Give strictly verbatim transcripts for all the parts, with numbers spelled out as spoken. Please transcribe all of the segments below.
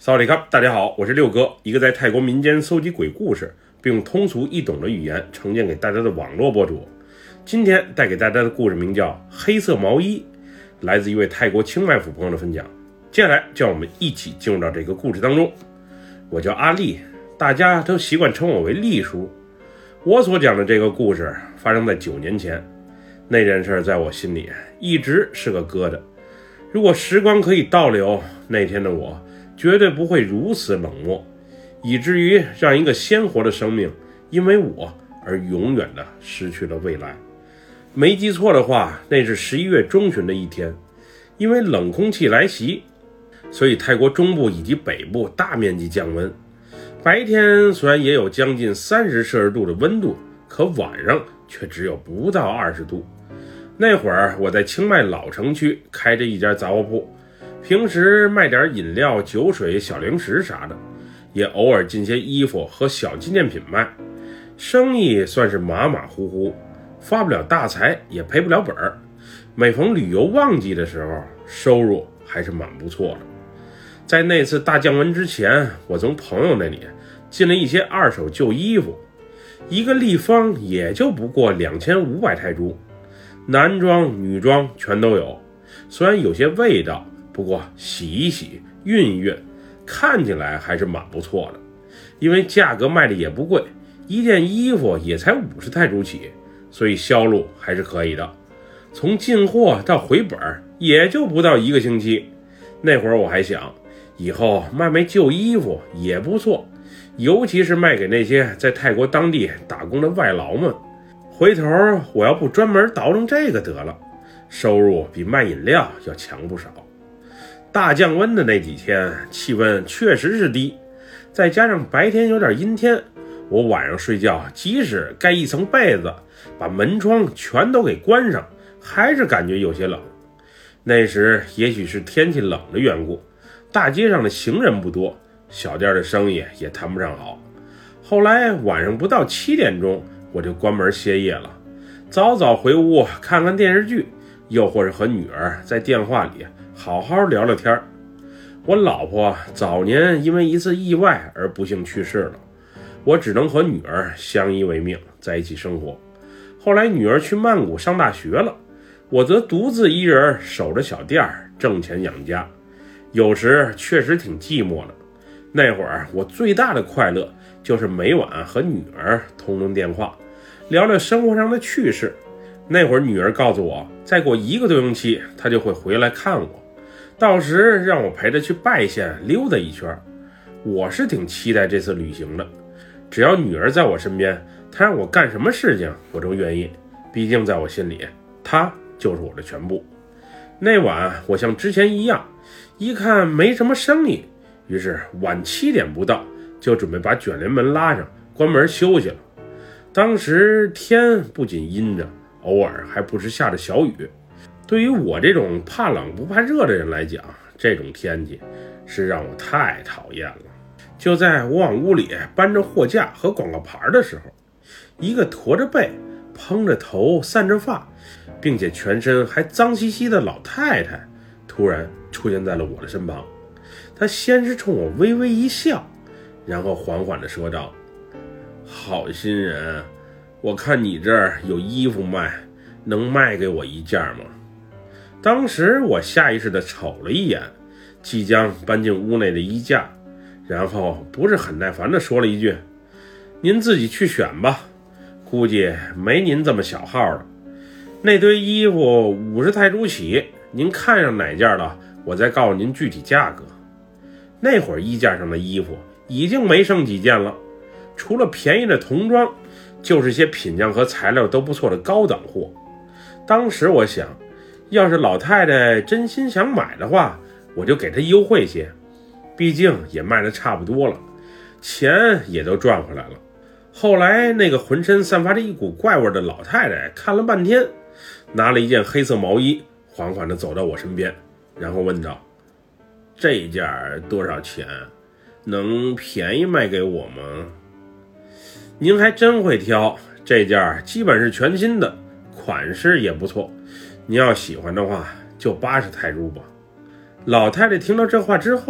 萨瓦迪卡，大家好，我是六哥，一个在泰国民间搜集鬼故事，并用通俗易懂的语言呈现给大家的网络博主。今天带给大家的故事名叫《黑色毛衣》，来自一位泰国清迈府朋友的分享。接下来就让我们一起进入到这个故事当中。我叫阿力，大家都习惯称我为力叔。我所讲的这个故事发生在九年前，那件事在我心里一直是个疙瘩。如果时光可以倒流，那天的我绝对不会如此冷漠，以至于让一个鲜活的生命因为我而永远的失去了未来。没记错的话，那是十一月中旬的一天，因为冷空气来袭，所以泰国中部以及北部大面积降温。白天虽然也有将近三十摄氏度的温度，可晚上却只有不到二十度。那会儿我在清迈老城区开着一家杂货铺，平时卖点饮料、酒水、小零食啥的，也偶尔进些衣服和小纪念品卖，生意算是马马虎虎，发不了大财，也赔不了本儿。每逢旅游旺季的时候，收入还是蛮不错的。在那次大降温之前，我从朋友那里进了一些二手旧衣服，一个立方也就不过两千五百泰铢，男装女装全都有。虽然有些味道，不过洗一洗熨一熨，看起来还是蛮不错的。因为价格卖的也不贵，一件衣服也才五十泰铢起，所以销路还是可以的。从进货到回本也就不到一个星期。那会儿我还想，以后卖卖旧衣服也不错，尤其是卖给那些在泰国当地打工的外劳们。回头我要不专门倒腾这个得了，收入比卖饮料要强不少。大降温的那几天，气温确实是低，再加上白天有点阴天，我晚上睡觉即使盖一层被子，把门窗全都给关上，还是感觉有些冷。那时也许是天气冷的缘故，大街上的行人不多，小店的生意也谈不上好。后来晚上不到七点钟，我就关门歇业了，早早回屋看看电视剧，又或是和女儿在电话里好好聊聊天。我老婆早年因为一次意外而不幸去世了，我只能和女儿相依为命，在一起生活。后来女儿去曼谷上大学了，我则独自一人守着小店挣钱养家，有时确实挺寂寞的。那会儿我最大的快乐就是每晚和女儿通通电话，聊聊生活上的趣事。那会儿女儿告诉我，再过一个多星期她就会回来看我，到时让我陪她去拜县溜达一圈。我是挺期待这次旅行的，只要女儿在我身边，她让我干什么事情我都愿意，毕竟在我心里她就是我的全部。那晚我像之前一样，一看没什么生意，于是晚七点不到就准备把卷帘门拉上，关门休息了。当时天不仅阴着，偶尔还不时下着小雨。对于我这种怕冷不怕热的人来讲，这种天气是让我太讨厌了。就在我往屋里搬着货架和广告牌的时候，一个驼着背、蓬着头、散着发，并且全身还脏兮兮的老太太突然出现在了我的身旁。她先是冲我微微一笑，然后缓缓地说道：好心人，我看你这儿有衣服卖，能卖给我一件吗？当时我下意识地瞅了一眼即将搬进屋内的衣架，然后不是很耐烦地说了一句：您自己去选吧，估计没您这么小号的。那堆衣服五十泰铢起，您看上哪件了，我再告诉您具体价格。那会儿衣架上的衣服已经没剩几件了，除了便宜的童装，就是些品相和材料都不错的高档货。当时我想，要是老太太真心想买的话，我就给她优惠些，毕竟也卖得差不多了，钱也都赚回来了。后来那个浑身散发着一股怪味的老太太看了半天，拿了一件黑色毛衣，缓缓地走到我身边，然后问道：这件多少钱？能便宜卖给我吗？您还真会挑，这件基本是全新的，款式也不错，您要喜欢的话就八十泰铢吧。老太太听到这话之后，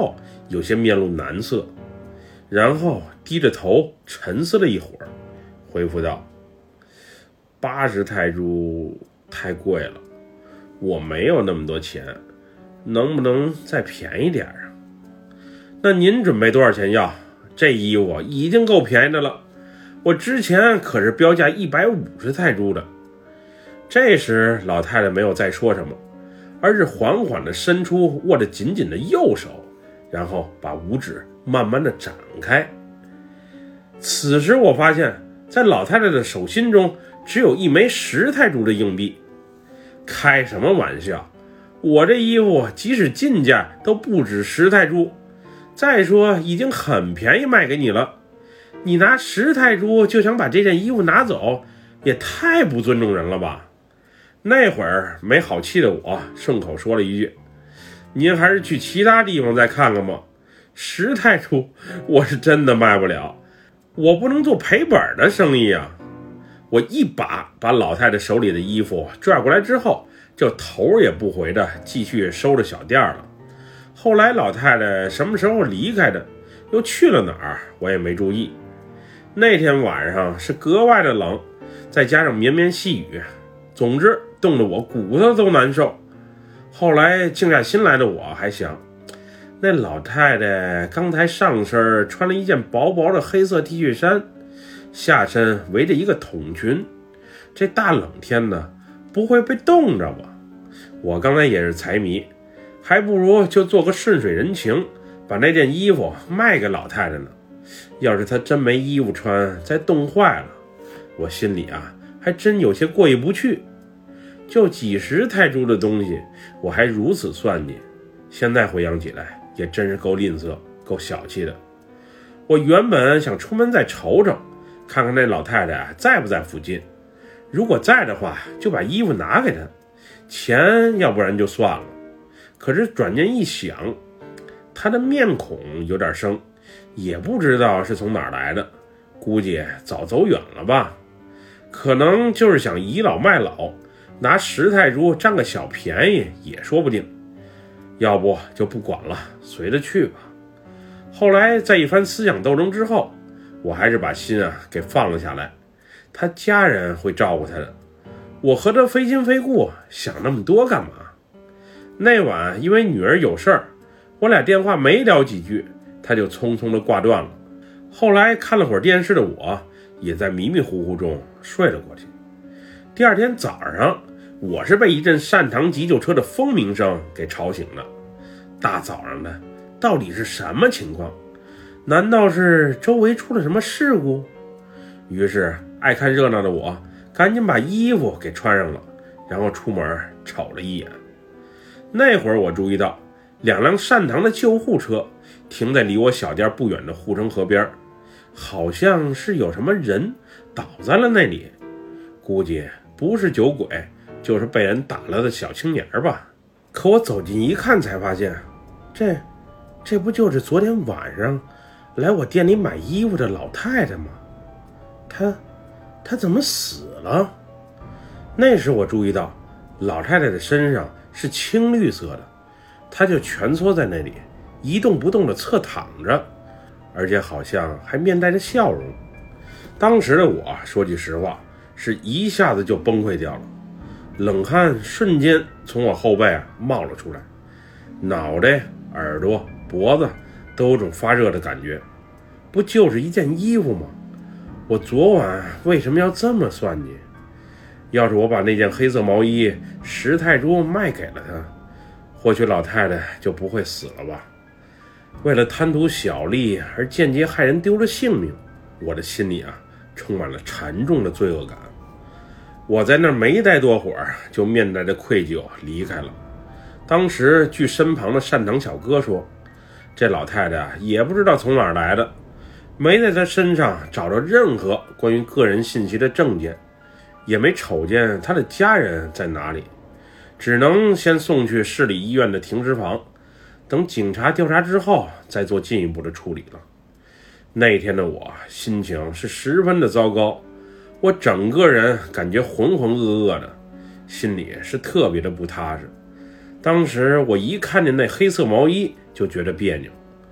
有些面露难色，然后低着头沉思了一会儿，回复道：八十泰铢太贵了，我没有那么多钱，能不能再便宜点啊？那您准备多少钱要？这衣服已经够便宜的了，我之前可是标价一百五十泰铢的。这时老太太没有再说什么，而是缓缓地伸出握得紧紧的右手，然后把五指慢慢地展开。此时我发现在老太太的手心中只有一枚十泰铢的硬币。开什么玩笑，我这衣服即使进价都不止十泰铢，再说已经很便宜卖给你了，你拿十泰铢就想把这件衣服拿走，也太不尊重人了吧。那会儿没好气的我顺口说了一句：您还是去其他地方再看看吧，十泰铢我是真的卖不了，我不能做赔本的生意啊。我一把把老太太手里的衣服拽过来之后，就头也不回的继续收着小店了。后来老太太什么时候离开的，又去了哪儿，我也没注意。那天晚上是格外的冷，再加上绵绵细雨，总之冻得我骨头都难受。后来静下心来的我还想，那老太太刚才上身穿了一件薄薄的黑色 T 恤衫，下身围着一个筒裙，这大冷天的不会被冻着吧？我刚才也是财迷，还不如就做个顺水人情，把那件衣服卖给老太太呢。要是她真没衣服穿，再冻坏了，我心里啊还真有些过意不去。就几十泰铢的东西，我还如此算计，现在回想起来也真是够吝啬，够小气的。我原本想出门再瞅瞅，看看那老太太啊在不在附近，如果在的话就把衣服拿给她，钱要不然就算了。可是转念一想，她的面孔有点生，也不知道是从哪儿来的，估计早走远了吧，可能就是想倚老卖老，拿十泰铢占个小便宜也说不定。要不就不管了，随着去吧。后来在一番思想斗争之后，我还是把心啊给放了下来。他家人会照顾他的，我和他非亲非故，想那么多干嘛？那晚因为女儿有事儿，我俩电话没聊几句，他就匆匆的挂断了。后来看了会儿电视的我，也在迷迷糊糊中睡了过去。第二天早上，我是被一阵善堂急救车的蜂鸣声给吵醒的。大早上的，到底是什么情况？难道是周围出了什么事故？于是爱看热闹的我赶紧把衣服给穿上了，然后出门瞅了一眼。那会儿我注意到两辆善堂的救护车停在离我小店不远的护城河边，好像是有什么人倒在了那里，估计不是酒鬼，就是被人打了的小青年吧。可我走近一看才发现，这这不就是昨天晚上来我店里买衣服的老太太吗？她她怎么死了？那时我注意到老太太的身上是青绿色的，她就蜷缩在那里一动不动地侧躺着，而且好像还面带着笑容。当时的我说句实话，是一下子就崩溃掉了，冷汗瞬间从我后背啊冒了出来，脑袋、耳朵、脖子都有种发热的感觉。不就是一件衣服吗？我昨晚为什么要这么算计？要是我把那件黑色毛衣十泰铢卖给了她，或许老太太就不会死了吧。为了贪图小利而间接害人丢了性命，我的心里啊充满了沉重的罪恶感。我在那儿没待多会儿，就面带着愧疚离开了。当时据身旁的善堂小哥说，这老太太也不知道从哪儿来的，没在她身上找到任何关于个人信息的证件，也没瞅见她的家人在哪里，只能先送去市里医院的停尸房，等警察调查之后再做进一步的处理了。那天的我心情是十分的糟糕，我整个人感觉浑浑噩噩的，心里是特别的不踏实。当时我一看见那黑色毛衣就觉得别扭，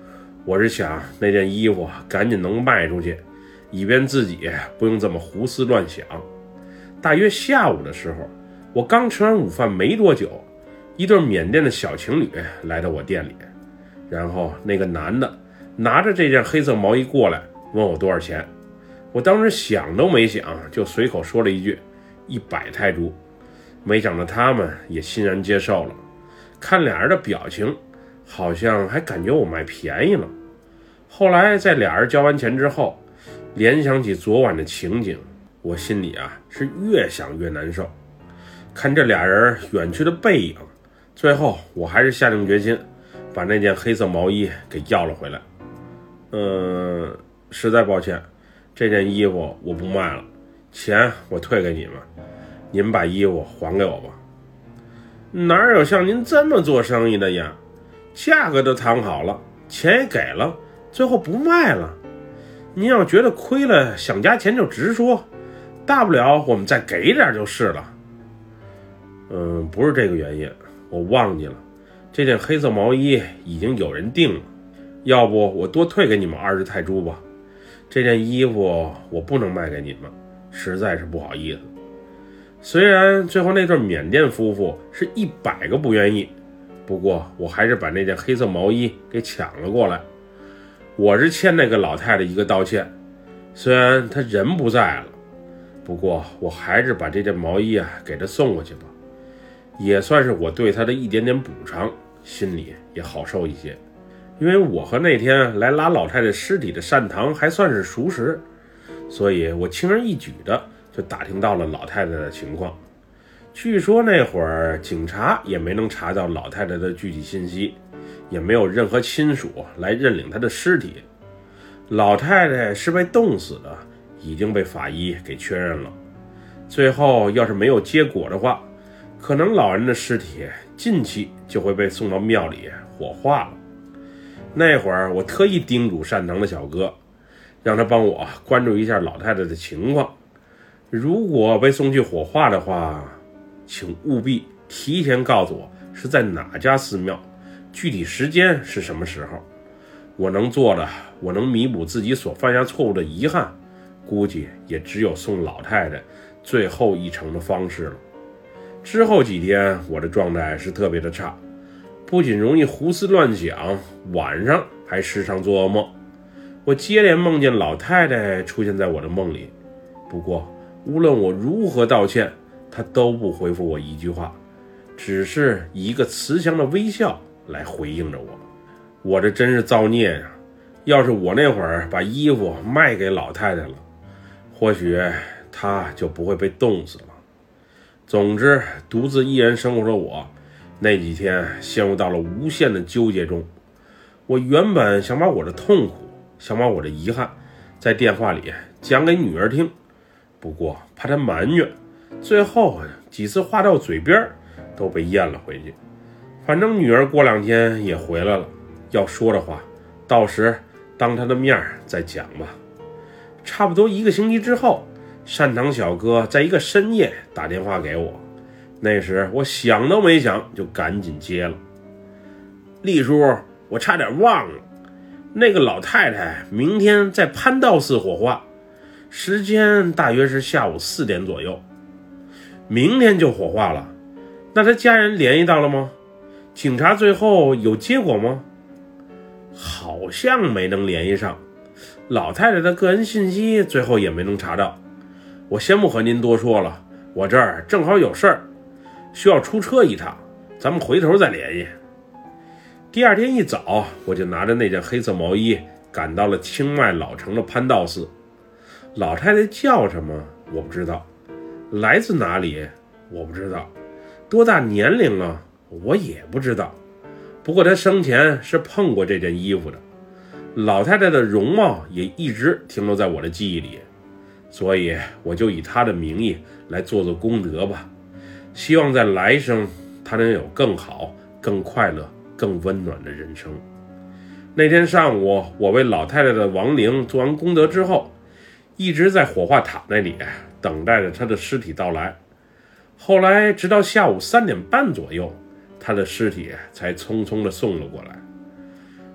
我是想那件衣服赶紧能卖出去，以便自己不用这么胡思乱想。大约下午的时候，我刚吃完午饭没多久，一对缅甸的小情侣来到我店里，然后那个男的拿着这件黑色毛衣过来问我多少钱。我当时想都没想就随口说了一句一百泰铢，没想到他们也欣然接受了。看俩人的表情，好像还感觉我卖便宜了。后来在俩人交完钱之后，联想起昨晚的情景，我心里啊是越想越难受。看这俩人远去的背影，最后我还是下定决心把那件黑色毛衣给要了回来。嗯，实在抱歉，这件衣服我不卖了，钱我退给你们，你们把衣服还给我吧。哪有像您这么做生意的呀？价格都谈好了，钱也给了，最后不卖了。您要觉得亏了想加钱就直说，大不了我们再给点就是了。嗯，不是这个原因，我忘记了，这件黑色毛衣已经有人订了，要不我多退给你们二十泰铢吧。这件衣服我不能卖给你们，实在是不好意思。虽然最后那对缅甸夫妇是一百个不愿意，不过我还是把那件黑色毛衣给抢了过来。我是欠那个老太太一个道歉，虽然她人不在了，不过我还是把这件毛衣啊给她送过去吧，也算是我对她的一点点补偿，心里也好受一些。因为我和那天来拉老太太尸体的善堂还算是熟识，所以我轻而易举的就打听到了老太太的情况。据说那会儿警察也没能查到老太太的具体信息，也没有任何亲属来认领她的尸体。老太太是被冻死的，已经被法医给确认了。最后要是没有结果的话，可能老人的尸体近期就会被送到庙里火化了。那会儿我特意叮嘱善堂的小哥，让他帮我关注一下老太太的情况，如果被送去火化的话，请务必提前告诉我是在哪家寺庙，具体时间是什么时候。我能做的，我能弥补自己所犯下错误的遗憾，估计也只有送老太太最后一程的方式了。之后几天我的状态是特别的差，不仅容易胡思乱想，晚上还时常做噩梦。我接连梦见老太太出现在我的梦里，不过无论我如何道歉，她都不回复我一句话，只是以一个慈祥的微笑来回应着我。我这真是造孽呀！要是我那会儿把衣服卖给老太太了，或许她就不会被冻死了。总之，独自一人生活的我那几天陷入到了无限的纠结中。我原本想把我的痛苦，想把我的遗憾在电话里讲给女儿听，不过怕她埋怨，最后几次话到嘴边都被咽了回去。反正女儿过两天也回来了，要说的话到时当她的面再讲吧。差不多一个星期之后，善堂小哥在一个深夜打电话给我，那时我想都没想就赶紧接了。丽叔，我差点忘了，那个老太太明天在潘道寺火化，时间大约是下午四点左右。明天就火化了？那他家人联系到了吗？警察最后有结果吗？好像没能联系上，老太太的个人信息最后也没能查到。我先不和您多说了，我这儿正好有事儿，需要出车一趟，咱们回头再联系。第二天一早，我就拿着那件黑色毛衣赶到了清迈老城的潘道寺。老太太叫什么我不知道，来自哪里我不知道，多大年龄了我也不知道，不过她生前是碰过这件衣服的。老太太的容貌也一直停留在我的记忆里，所以我就以她的名义来做做功德吧，希望在来生她能有更好、更快乐、更温暖的人生。那天上午，我为老太太的亡灵做完功德之后，一直在火化塔那里等待着她的尸体到来。后来直到下午三点半左右，她的尸体才匆匆地送了过来。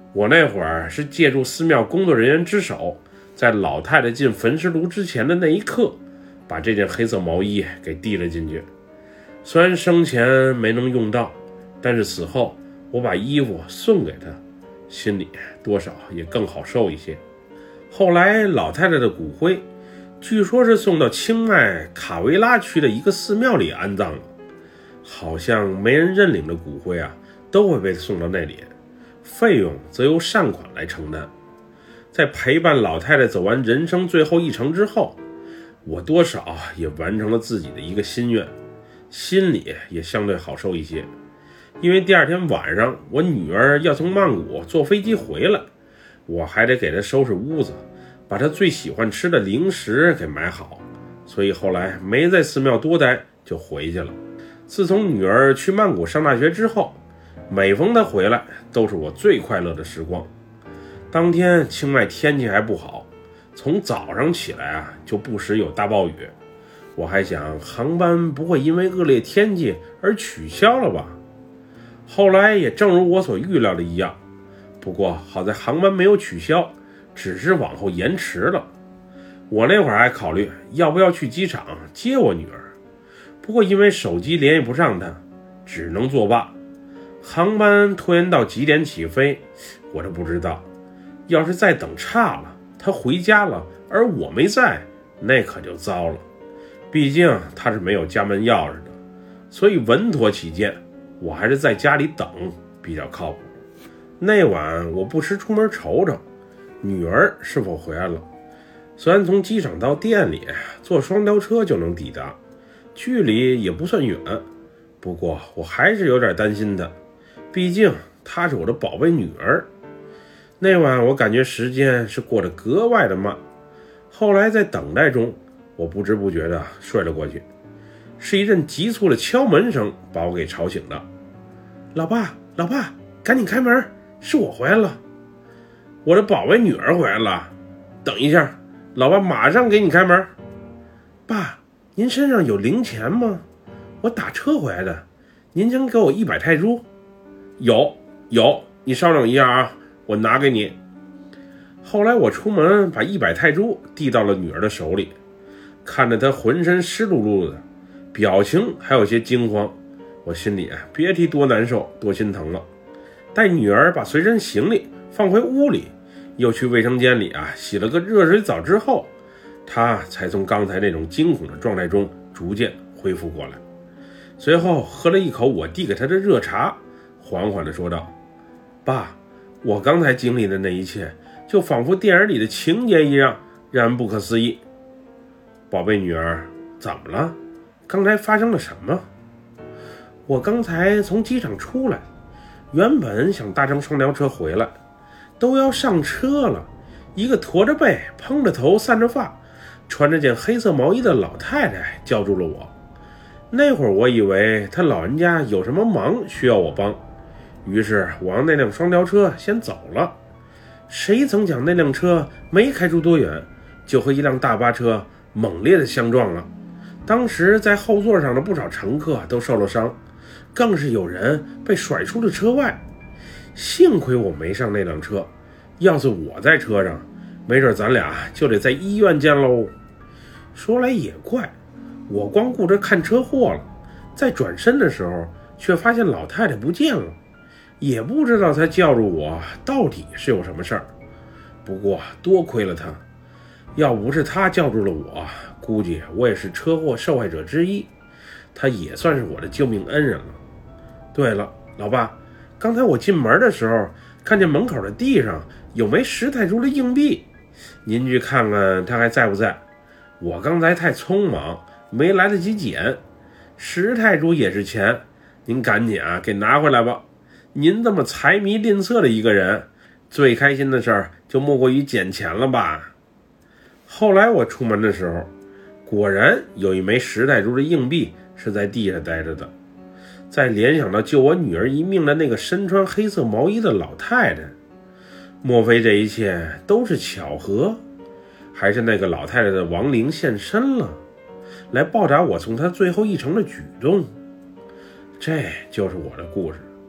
我那会儿是借助寺庙工作人员之手，在老太太进焚尸炉之前的那一刻，把这件黑色毛衣给递了进去。虽然生前没能用到，但是死后我把衣服送给她，心里多少也更好受一些。后来老太太的骨灰据说是送到清迈卡维拉区的一个寺庙里安葬了，好像没人认领的骨灰啊都会被送到那里，费用则由善款来承担。在陪伴老太太走完人生最后一程之后，我多少也完成了自己的一个心愿，心里也相对好受一些。因为第二天晚上我女儿要从曼谷坐飞机回来，我还得给她收拾屋子，把她最喜欢吃的零食给买好，所以后来没在寺庙多待，就回去了。自从女儿去曼谷上大学之后，每逢她回来都是我最快乐的时光。当天清迈天气还不好，从早上起来啊就不时有大暴雨，我还想航班不会因为恶劣天气而取消了吧。后来也正如我所预料的一样，不过好在航班没有取消，只是往后延迟了。我那会儿还考虑要不要去机场接我女儿，不过因为手机联系不上她，只能作罢。航班拖延到几点起飞我都不知道，要是再等差了，她回家了而我没在，那可就糟了。毕竟她是没有家门钥匙的，所以稳妥起见，我还是在家里等比较靠谱。那晚我不时出门瞅瞅女儿是否回来了。虽然从机场到店里坐双条车就能抵达，距离也不算远，不过我还是有点担心她，毕竟她是我的宝贝女儿。那晚我感觉时间是过得格外的慢，后来在等待中，我不知不觉地睡了过去。是一阵急促的敲门声把我给吵醒的。老爸，老爸，赶紧开门，是我回来了。我的宝贝女儿回来了。等一下，老爸马上给你开门。爸，您身上有零钱吗？我打车回来的，您能给我一百泰铢？有，有，你稍等一下啊，我拿给你。后来我出门把一百泰铢递到了女儿的手里，看着她浑身湿漉漉的，表情还有些惊慌，我心里别提多难受多心疼了。带女儿把随身行李放回屋里，又去卫生间里啊洗了个热水澡之后，她才从刚才那种惊恐的状态中逐渐恢复过来。随后喝了一口我递给她的热茶，缓缓地说道：爸，我刚才经历的那一切就仿佛电影里的情节一样，让人不可思议。宝贝女儿，怎么了？刚才发生了什么？我刚才从机场出来，原本想搭乘双条车回来，都要上车了，一个驼着背蓬着头散着发穿着件黑色毛衣的老太太叫住了我。那会儿我以为她老人家有什么忙需要我帮，于是我让那辆双条车先走了。谁曾想那辆车没开出多远，就和一辆大巴车猛烈的相撞了。当时在后座上的不少乘客都受了伤，更是有人被甩出了车外。幸亏我没上那辆车，要是我在车上，没准咱俩就得在医院见喽。说来也怪，我光顾着看车祸了，在转身的时候却发现老太太不见了，也不知道她叫住我到底是有什么事儿。不过多亏了她，要不是她叫住了我，估计我也是车祸受害者之一，她也算是我的救命恩人了。对了，老爸，刚才我进门的时候看见门口的地上有枚十泰铢的硬币，您去看看它还在不在。我刚才太匆忙，没来得及捡，十泰铢也是钱，您赶紧啊给拿回来吧。您这么财迷吝啬的一个人，最开心的事儿就莫过于捡钱了吧。后来我出门的时候，果然有一枚十泰铢的硬币是在地上待着的。再联想到救我女儿一命的那个身穿黑色毛衣的老太太，莫非这一切都是巧合？还是那个老太太的亡灵现身了，来报答我从她最后一程的举动？这就是我的故事。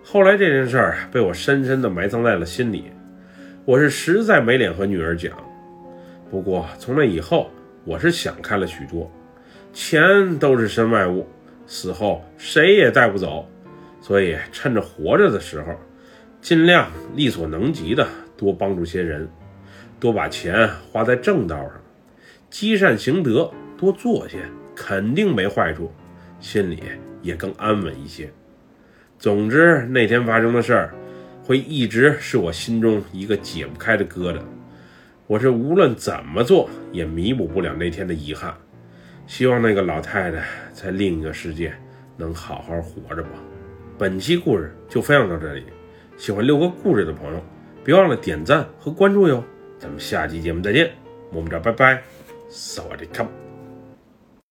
后来这件事儿被我深深地埋藏在了心里，我是实在没脸和女儿讲。不过从那以后，我是想开了许多，钱都是身外物，死后谁也带不走，所以趁着活着的时候，尽量力所能及的多帮助些人，多把钱花在正道上，积善行德，多做些，肯定没坏处，心里也更安稳一些。总之，那天发生的事儿会一直是我心中一个解不开的疙瘩，我是无论怎么做也弥补不了那天的遗憾。希望那个老太太在另一个世界能好好活着吧。本期故事就分享到这里，喜欢六哥故事的朋友别忘了点赞和关注哟。咱们下期节目再见，我们这拜拜，萨瓦迪卡。